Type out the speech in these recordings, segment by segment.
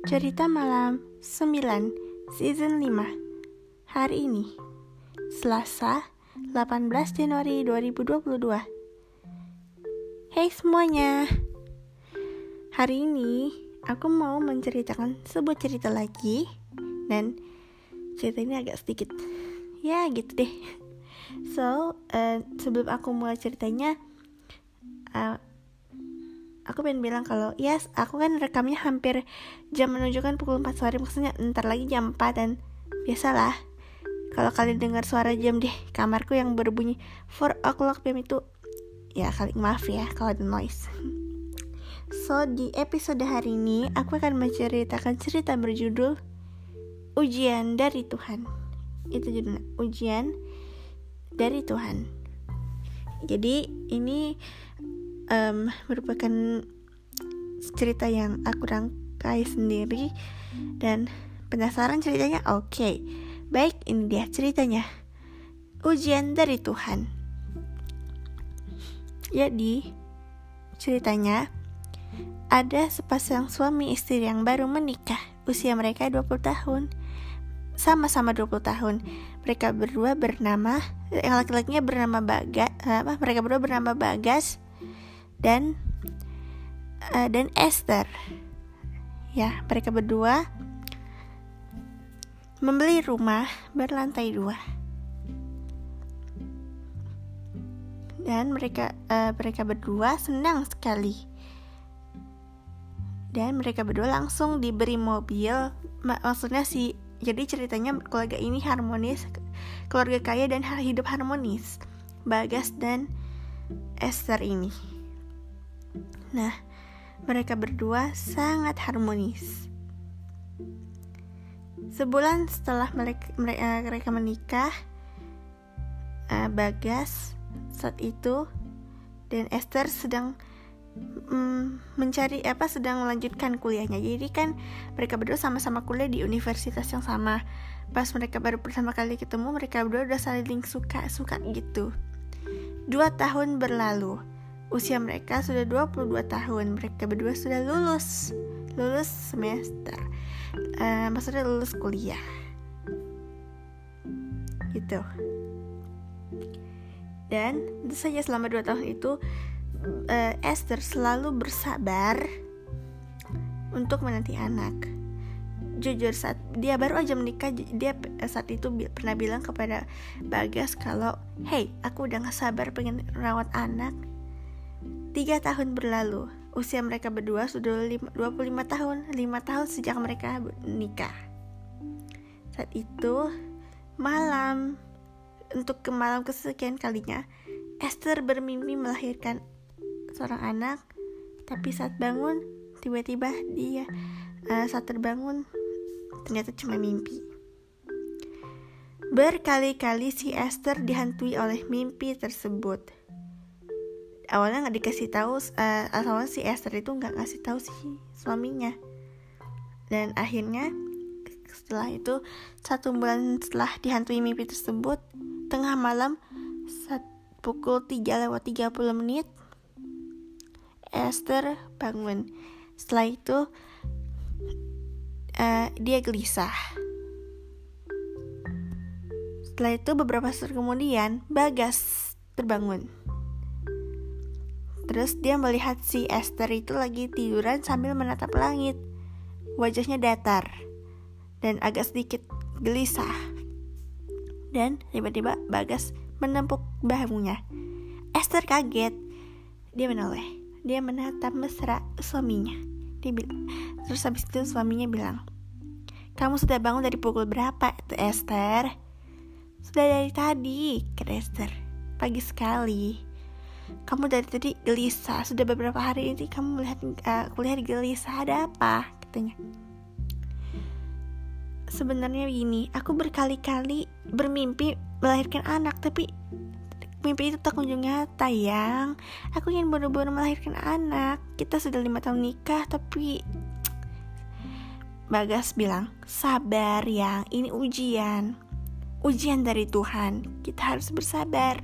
Cerita Malam 9 Season 5. Hari ini Selasa 18 Januari 2022. Hey semuanya, hari ini aku mau menceritakan sebuah cerita lagi. Dan cerita ini agak sedikit ya gitu deh. Sebelum aku mulai ceritanya, aku pengen bilang kalau yes, aku kan rekamnya hampir jam menunjukkan pukul 4 sore, maksudnya ntar lagi jam 4. Dan biasalah kalau kalian dengar suara jam di kamarku yang berbunyi 4 o'clock PM itu, ya kalian maaf ya kalau ada noise. Di episode hari ini aku akan menceritakan cerita berjudul Ujian dari Tuhan. Itu judulnya, Ujian dari Tuhan. Jadi ini merupakan cerita yang aku rangkai sendiri dan penasaran ceritanya? Oke. Baik, ini dia ceritanya. Ujian dari Tuhan. Jadi ceritanya ada sepasang suami istri yang baru menikah. Usia mereka 20 tahun. Sama-sama 20 tahun. Mereka berdua bernama, yang laki-lakinya bernama mereka berdua bernama Bagas dan Esther. Ya, mereka berdua membeli rumah berlantai 2. Dan mereka berdua senang sekali. Dan mereka berdua langsung diberi mobil. Jadi ceritanya keluarga ini harmonis, keluarga kaya dan hidup harmonis, Bagas dan Esther ini. Nah, mereka berdua sangat harmonis. Sebulan setelah mereka menikah, Bagas saat itu dan Esther sedang sedang melanjutkan kuliahnya. Jadi kan mereka berdua sama-sama kuliah di universitas yang sama. Pas mereka baru pertama kali ketemu, mereka berdua udah saling suka gitu. 2 tahun berlalu. Usia mereka sudah 22 tahun. Mereka berdua sudah lulus semester. Maksudnya lulus kuliah. Gitu. Dan tentu saja selama 2 tahun itu Esther selalu bersabar untuk menanti anak. Jujur, saat dia baru aja menikah, dia saat itu pernah bilang kepada Bagas kalau, hey, aku udah gak sabar pengen rawat anak. 3 tahun berlalu. Usia mereka berdua sudah 25 tahun. 5 tahun sejak mereka menikah. Saat itu untuk malam kesekian kalinya, Esther bermimpi melahirkan seorang anak. Tapi saat bangun, tiba-tiba dia saat terbangun ternyata cuma mimpi. Berkali-kali si Esther dihantui oleh mimpi tersebut. Awalnya nggak dikasih tahu, awalnya si Esther itu nggak ngasih tahu si suaminya. Dan akhirnya setelah itu 1 bulan setelah dihantui mimpi tersebut, tengah malam saat pukul 3:30 Esther bangun. Setelah itu dia gelisah. Setelah itu beberapa saat kemudian Bagas terbangun. Terus dia melihat si Esther itu lagi tiduran sambil menatap langit. Wajahnya datar dan agak sedikit gelisah. Dan tiba-tiba Bagas menepuk bahunya. Esther kaget. Dia menoleh. Dia menatap mesra suaminya. Terus habis itu suaminya bilang, kamu sudah bangun dari pukul berapa itu Esther? Sudah dari tadi, kata Esther. Pagi sekali. Kamu dari tadi gelisah. Sudah beberapa hari ini kamu melihat kuliah gelisah. Ada apa? Katanya. Sebenarnya begini, aku berkali-kali bermimpi melahirkan anak, tapi mimpi itu tak kunjung nyata, Yang. Aku ingin buru-buru melahirkan anak. Kita sudah 5 tahun nikah, tapi Bagas bilang, sabar Yang, ini ujian dari Tuhan. Kita harus bersabar.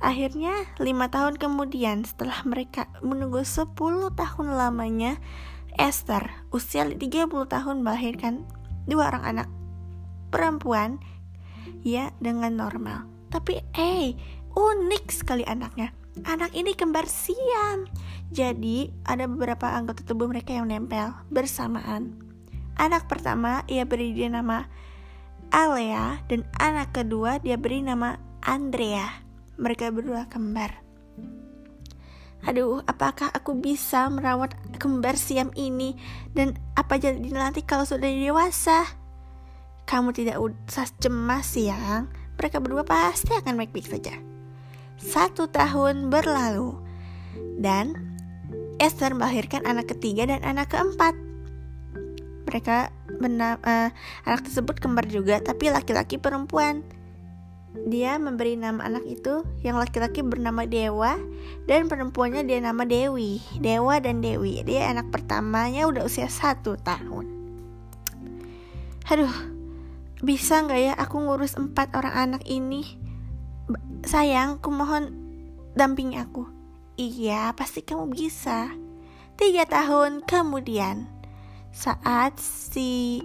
Akhirnya 5 tahun kemudian, setelah mereka menunggu 10 tahun lamanya, Esther usia 30 tahun melahirkan 2 orang anak perempuan ya dengan normal. Tapi unik sekali anaknya. Anak ini kembar siam. Jadi ada beberapa anggota tubuh mereka yang nempel bersamaan. Anak pertama ia beri dia nama Alea, dan anak kedua dia beri nama Andrea. Mereka berdua kembar. Aduh, apakah aku bisa merawat kembar siam ini? Dan apa jadi nanti kalau sudah dewasa? Kamu tidak usah cemas sayang. Mereka berdua pasti akan baik-baik saja. 1 tahun berlalu dan Esther melahirkan anak ketiga dan anak keempat. Mereka anak tersebut kembar juga, tapi laki-laki perempuan. Dia memberi nama anak itu, yang laki-laki bernama Dewa dan perempuannya dia nama Dewi. Dewa dan Dewi. Dia anak pertamanya udah usia 1 tahun. Aduh, bisa gak ya aku ngurus 4 orang anak ini? Sayang, kumohon dampingi aku. Iya, pasti kamu bisa. 3 tahun kemudian, saat si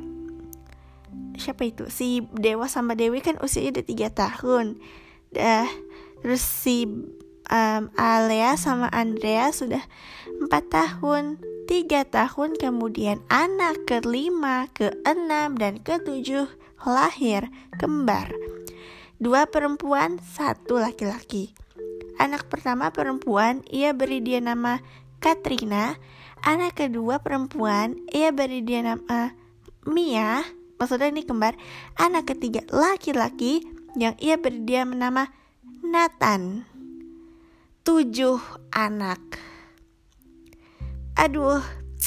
Dewa sama Dewi kan usianya udah 3 tahun. Terus si Alea sama Andrea sudah 4 tahun. 3 tahun kemudian anak ke-5, ke-6, dan ke-7 lahir kembar. 2 perempuan, 1 laki-laki. Anak pertama perempuan, ia beri dia nama Katrina. Anak kedua perempuan, ia beri dia nama Mia. Maksudnya ini kembar. Anak ketiga laki-laki, yang ia beri dia nama Nathan. 7 anak. Aduh,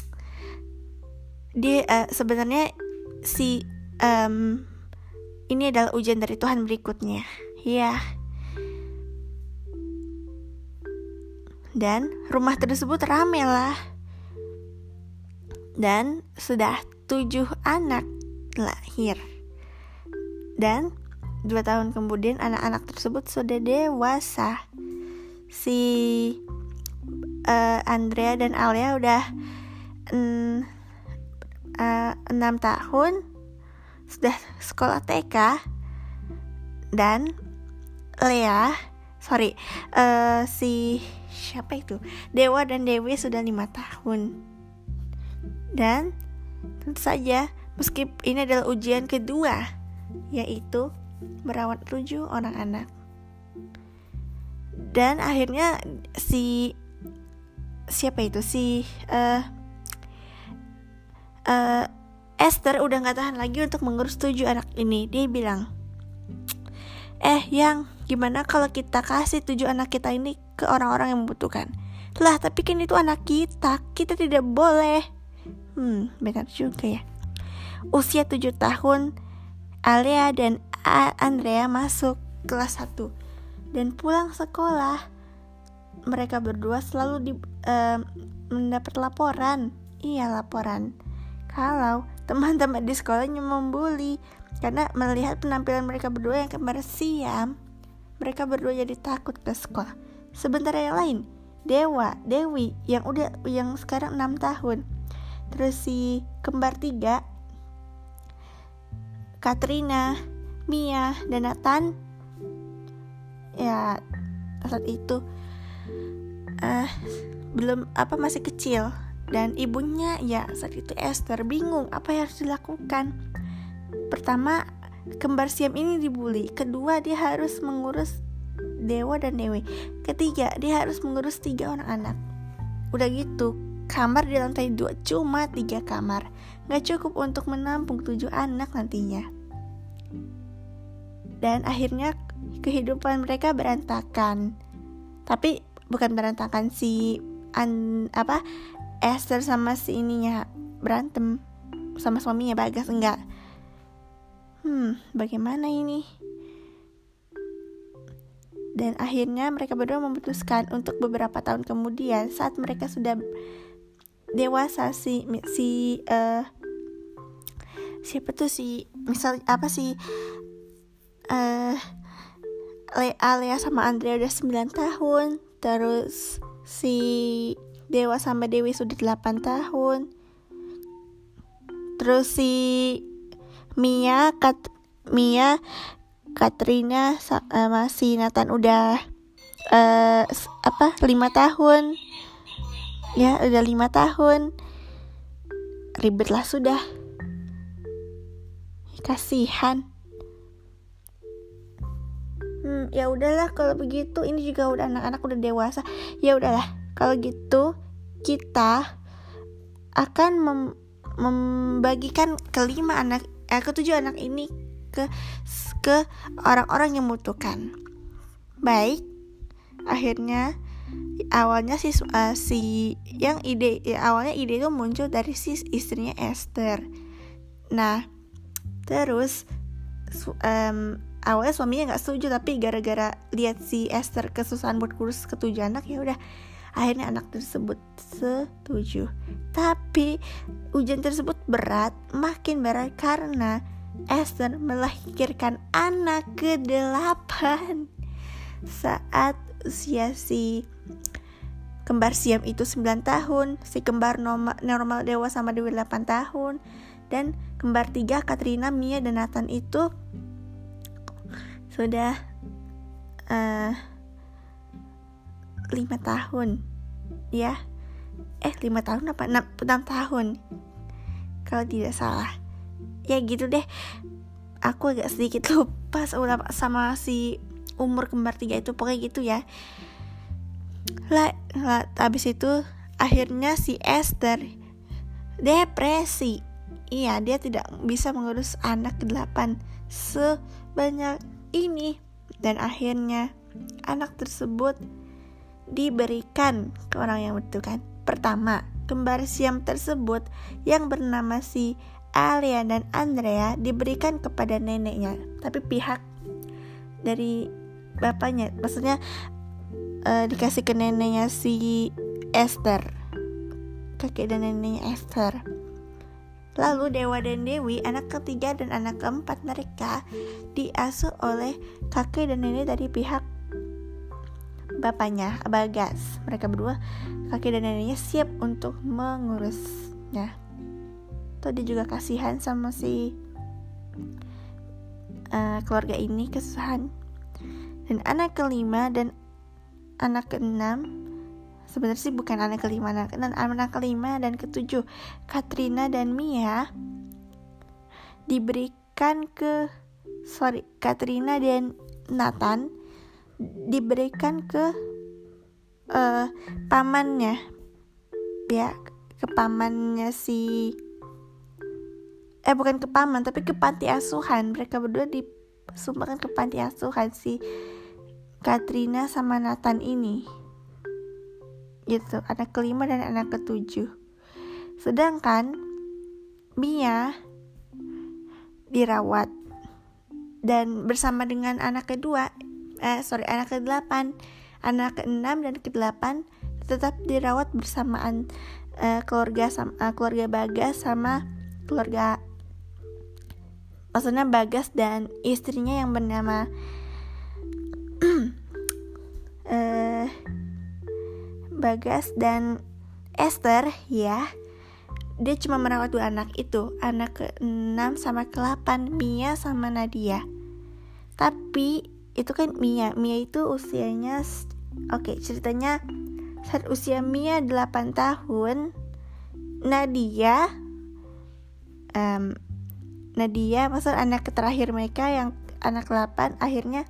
dia sebenarnya ini adalah ujian dari Tuhan berikutnya. Ya. Dan rumah tersebut ramai lah. Dan sudah 7 anak lahir. Dan 2 tahun kemudian anak-anak tersebut sudah dewasa. Si Andrea dan Alea udah 6 tahun, sudah sekolah TK. Dan Dewa dan Dewi sudah 5 tahun. Dan tentu saja meskipun ini adalah ujian kedua, yaitu merawat 7 orang anak. Dan akhirnya Esther udah gak tahan lagi untuk mengurus 7 anak ini. Dia bilang, yang gimana kalau kita kasih 7 anak kita ini ke orang-orang yang membutuhkan? Lah, tapi kan itu anak kita tidak boleh. Benar juga ya. Usia 7 tahun, Alea dan Andrea masuk kelas 1 dan pulang sekolah. Mereka berdua selalu mendapat laporan. Kalau teman-teman di sekolahnya membuli karena melihat penampilan mereka berdua yang kembar siam. Mereka berdua jadi takut ke sekolah. Sebentar yang lain, Dewi yang sekarang 6 tahun. Terus si kembar 3, Katrina, Mia, dan Nathan. Ya, saat itu masih kecil. Dan ibunya saat itu Esther bingung apa yang harus dilakukan. Pertama, kembar siam ini dibully. Kedua, dia harus mengurus Dewa dan Dewi. Ketiga, dia harus mengurus 3 orang anak. Udah gitu, kamar di lantai 2 cuma 3 kamar. Gak cukup untuk menampung 7 anak nantinya. Dan akhirnya kehidupan mereka berantakan. Tapi bukan berantakan Esther sama si ininya berantem sama suaminya Bagas, enggak. Bagaimana ini? Dan akhirnya mereka berdua memutuskan untuk beberapa tahun kemudian, saat mereka sudah dewasa, Alea sama Andrea udah 9 tahun. Terus si Dewa sama Dewi sudah 8 tahun. Terus si Mia, Katrina sama si Nathan udah 5 tahun. Ya, udah 5 tahun. Ribet lah sudah. Kasihan. Ya udahlah kalau begitu, ini juga udah anak-anak udah dewasa. Ya udahlah, kalau gitu kita akan membagikan ketujuh anak ini ke orang-orang yang membutuhkan. Baik. Akhirnya awalnya awalnya ide itu muncul dari si istrinya Esther. Nah, terus awalnya suaminya nggak setuju, tapi gara-gara lihat si Esther kesusahan buat ngurus ketujuh anak, ya udah akhirnya anak tersebut setuju. Tapi ujian tersebut makin berat karena Esther melahirkan anak ke-8 saat usia si kembar Siam itu 9 tahun, si kembar normal Dewa sama Dewi 8 tahun, dan kembar 3 Katrina, Mia, dan Nathan itu sudah 5 tahun ya. 5 tahun apa 6 tahun kalau tidak salah. Ya gitu deh. Aku agak sedikit lupa sama si umur kembar 3 itu, pokoknya gitu ya. Habis itu akhirnya si Esther depresi. Iya, dia tidak bisa mengurus anak ke-8 sebanyak ini, dan akhirnya anak tersebut diberikan ke orang yang membutuhkan. Pertama, kembar Siam tersebut yang bernama si Alia dan Andrea diberikan kepada neneknya, tapi pihak dari bapaknya, maksudnya dikasih ke neneknya si Esther, kakek dan neneknya Esther. Lalu Dewa dan Dewi, anak ketiga dan anak keempat mereka diasuh oleh kakek dan nenek dari pihak bapaknya, Bagas. Mereka berdua, kakek dan neneknya, siap untuk mengurusnya. Tuh dia juga kasihan sama si keluarga ini, kesusahan. Dan anak kelima dan anak keenam, sebenarnya sih bukan anak kelima, anak kelima dan ketujuh, Katrina dan Mia Katrina dan Nathan diberikan ke pamannya, ya, ke pamannya bukan ke paman, tapi ke panti asuhan. Mereka berdua disumbangkan ke panti asuhan si Katrina sama Nathan ini. Gitu, anak kelima dan anak ketujuh. Sedangkan Mia dirawat dan bersama dengan anak anak ke-8, anak ke-6 dan ke-8 tetap dirawat bersamaan keluarga Bagas sama keluarga, maksudnya Bagas dan istrinya yang bernama Bagas dan Esther ya. Dia cuma merawat 2 anak itu, anak ke-6 sama ke-8, Mia sama Nadia. Tapi itu kan Mia itu usianya ceritanya saat usia Mia 8 tahun, Nadia maksud anak terakhir mereka yang anak 8 akhirnya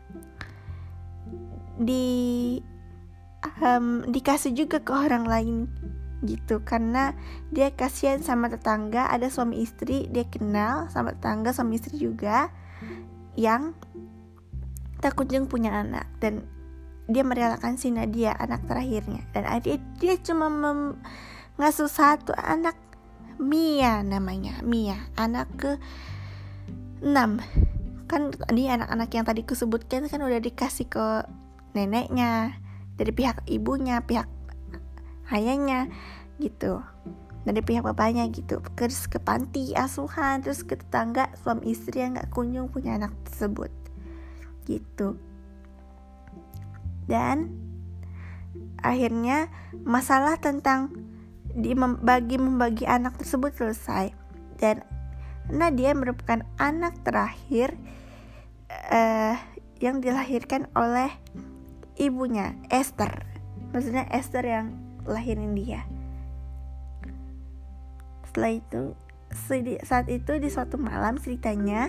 dikasih juga ke orang lain gitu, karena dia kasihan sama tetangga, ada suami istri dia kenal sama tetangga suami istri juga yang tak kunjung punya anak, dan dia merelakan si Nadia anak terakhirnya, dan dia cuma ngasuh 1 anak, Mia namanya, anak ke-6. Kan ini anak-anak yang tadi kusebutkan kan udah dikasih ke neneknya dari pihak ibunya, pihak ayahnya gitu, dari pihak bapaknya gitu, terus ke panti asuhan, terus ke tetangga suami istri yang gak kunjung punya anak tersebut gitu. Dan akhirnya masalah tentang membagi anak tersebut selesai, dan Nadia merupakan anak terakhir yang dilahirkan oleh ibunya, Esther. Maksudnya Esther yang lahirin dia. Setelah itu, saat itu di suatu malam ceritanya,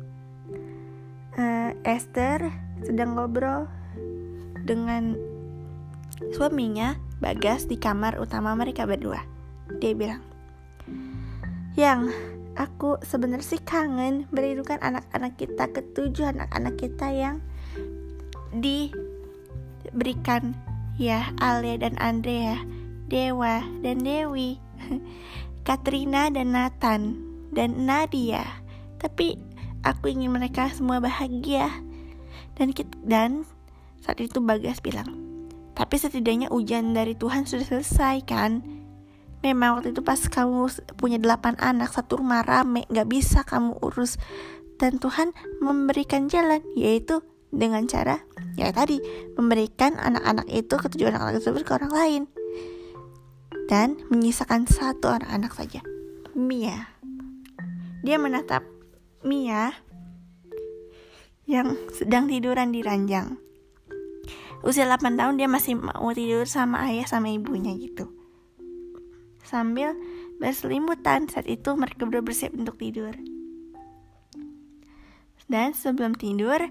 Esther sedang ngobrol dengan suaminya, Bagas, di kamar utama mereka berdua. Dia bilang, "Yang, aku sebenarnya sih kangen merindukan anak-anak kita, ketujuh anak-anak kita yang diberikan, ya, Alia dan Andrea, Dewa dan Dewi, Katrina dan Nathan, dan Nadia. Tapi aku ingin mereka semua bahagia." Dan saat itu Bagas bilang, "Tapi setidaknya ujian dari Tuhan sudah selesai kan? Memang waktu itu pas kamu punya 8 anak, satu rumah rame, gak bisa kamu urus. Dan Tuhan memberikan jalan, yaitu dengan cara, ya tadi, memberikan anak-anak itu, ketujuh anak-anak tersebut ke orang lain. Dan menyisakan satu anak-anak saja, Mia." Dia menatap Mia yang sedang tiduran di ranjang. Usia 8 tahun dia masih mau tidur sama ayah sama ibunya gitu. Sambil berselimutan, saat itu mereka berdua bersiap untuk tidur. Dan sebelum tidur,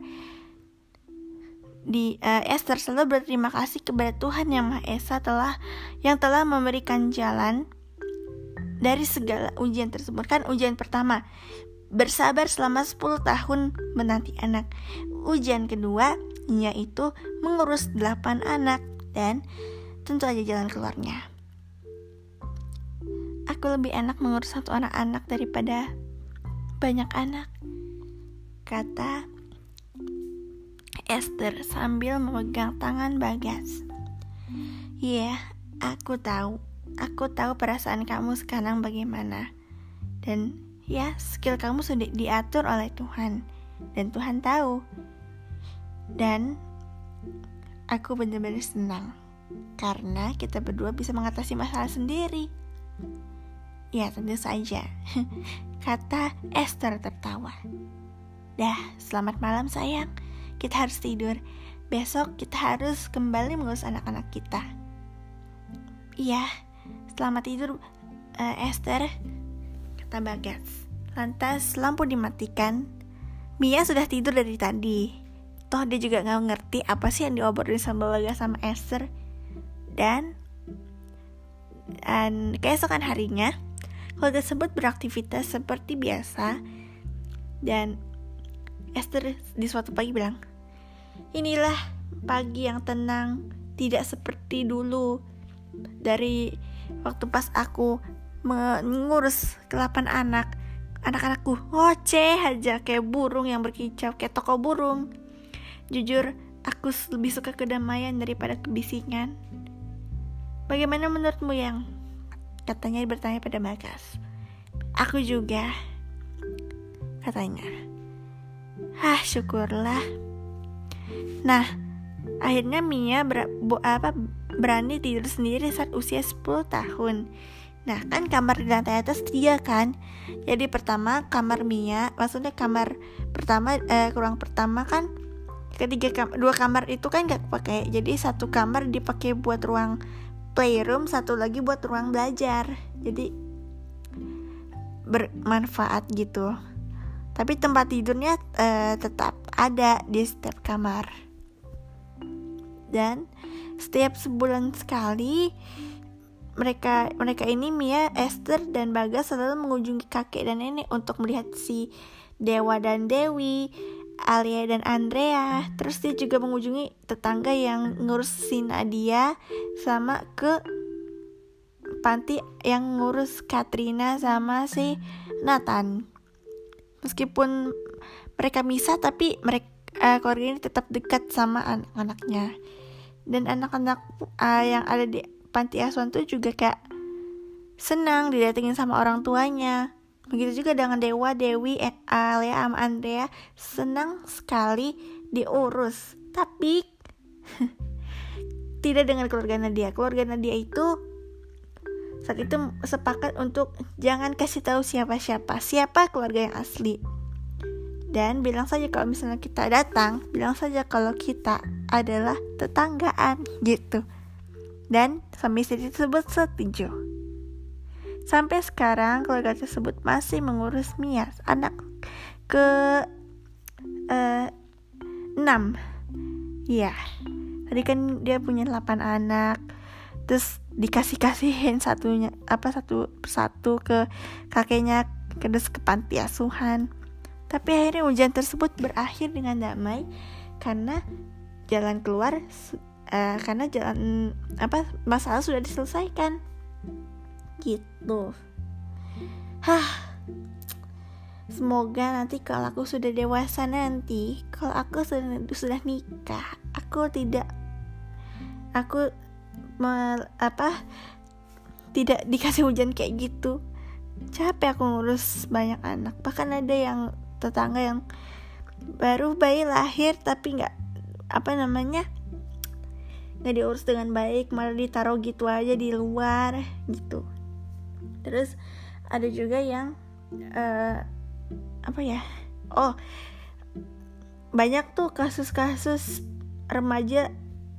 Esther selalu berterima kasih kepada Tuhan Yang Maha Esa yang telah memberikan jalan dari segala ujian tersebut. Kan ujian pertama, bersabar selama 10 tahun menanti anak. Ujian kedua, yaitu mengurus 8 anak, dan tentu aja jalan keluarnya. "Aku lebih enak mengurus satu anak-anak daripada banyak anak," kata Esther sambil memegang tangan Bagas. "Iya, aku tahu perasaan kamu sekarang bagaimana. Dan ya, skill kamu sudah diatur oleh Tuhan, dan Tuhan tahu. Dan aku benar-benar senang karena kita berdua bisa mengatasi masalah sendiri." "Ya, tentu saja," kata Esther tertawa. "Dah, selamat malam sayang. Kita harus tidur. Besok kita harus kembali mengurus anak-anak kita." "Iya, selamat tidur Esther," kata Bagas. Lantas lampu dimatikan. Mia sudah tidur dari tadi. Toh dia juga gak ngerti apa sih yang diobrolin sama Bagas sama Esther. Dan keesokan harinya, keluarga tersebut beraktivitas seperti biasa. Dan Esther di suatu pagi bilang, "Inilah pagi yang tenang, tidak seperti dulu. Dari waktu pas aku mengurus 8 anak-anakku ngoceh aja kayak burung yang berkicau, kayak toko burung. Jujur, aku lebih suka kedamaian daripada kebisingan. Bagaimana menurutmu, Yang?" Katanya bertanya pada Bagas. "Aku juga," katanya. Syukurlah. Nah, akhirnya Mia berani tidur sendiri saat usia 10 tahun. Nah, kan kamar di lantai atas 3 kan. Jadi pertama kamar Mia, maksudnya kamar pertama, ruang pertama kan, dua kamar itu kan gak pakai. Jadi satu kamar dipakai buat ruang playroom, satu lagi buat ruang belajar. Jadi bermanfaat gitu. Tapi tempat tidurnya tetap ada di setiap kamar. Dan setiap sebulan sekali mereka ini, Mia, Esther, dan Bagas selalu mengunjungi kakek dan nenek untuk melihat si Dewa dan Dewi, Alia dan Andrea. Terus dia juga mengunjungi tetangga yang ngurus si Nadia, sama ke panti yang ngurus Katrina sama si Nathan. Meskipun mereka misah, tapi keluarga ini tetap dekat sama anak-anaknya. Dan anak-anak yang ada di panti asuhan tuh juga kayak senang didatengin sama orang tuanya. Begitu juga dengan Dewa, Dewi, Alia, sama Andrea, senang sekali diurus. Tapi tidak dengan keluarga Nadia. Keluarga Nadia itu saat itu sepakat untuk jangan kasih tahu siapa keluarga yang asli. Dan bilang saja kalau misalnya kita datang, bilang saja kalau kita adalah tetanggaan gitu. Dan suami istri tersebut setuju. Sampai sekarang keluarga tersebut masih mengurus Mia, anak ke 6. Ya, tadi kan dia punya 8 anak. Terus dikasihin satu persatu ke kakeknya, terus ke panti asuhan. Tapi akhirnya ujian tersebut berakhir dengan damai karena jalan keluar masalah sudah diselesaikan. Gitu. Semoga nanti kalau aku sudah dewasa nanti, kalau aku sudah nikah, aku tidak dikasih hujan kayak gitu. Capek aku ngurus banyak anak. Bahkan ada yang tetangga yang baru bayi lahir tapi nggak diurus dengan baik, malah ditaruh gitu aja di luar gitu. Terus ada juga yang banyak tuh kasus-kasus remaja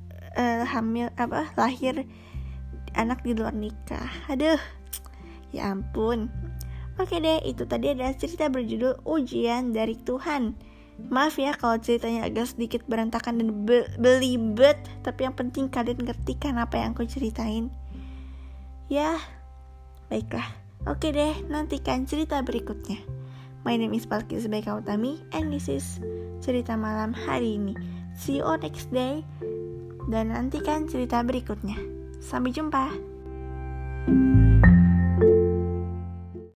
lahir anak di luar nikah. Aduh, ya ampun. Oke deh, itu tadi adalah cerita berjudul Ujian dari Tuhan. Maaf ya kalau ceritanya agak sedikit berantakan dan belibet, tapi yang penting kalian ngerti kan apa yang aku ceritain. Ya, baiklah. Oke deh, nantikan cerita berikutnya. My name is Balkis Baikautami, and this is cerita malam hari ini. See you on next day. Dan nantikan cerita berikutnya. Sampai jumpa.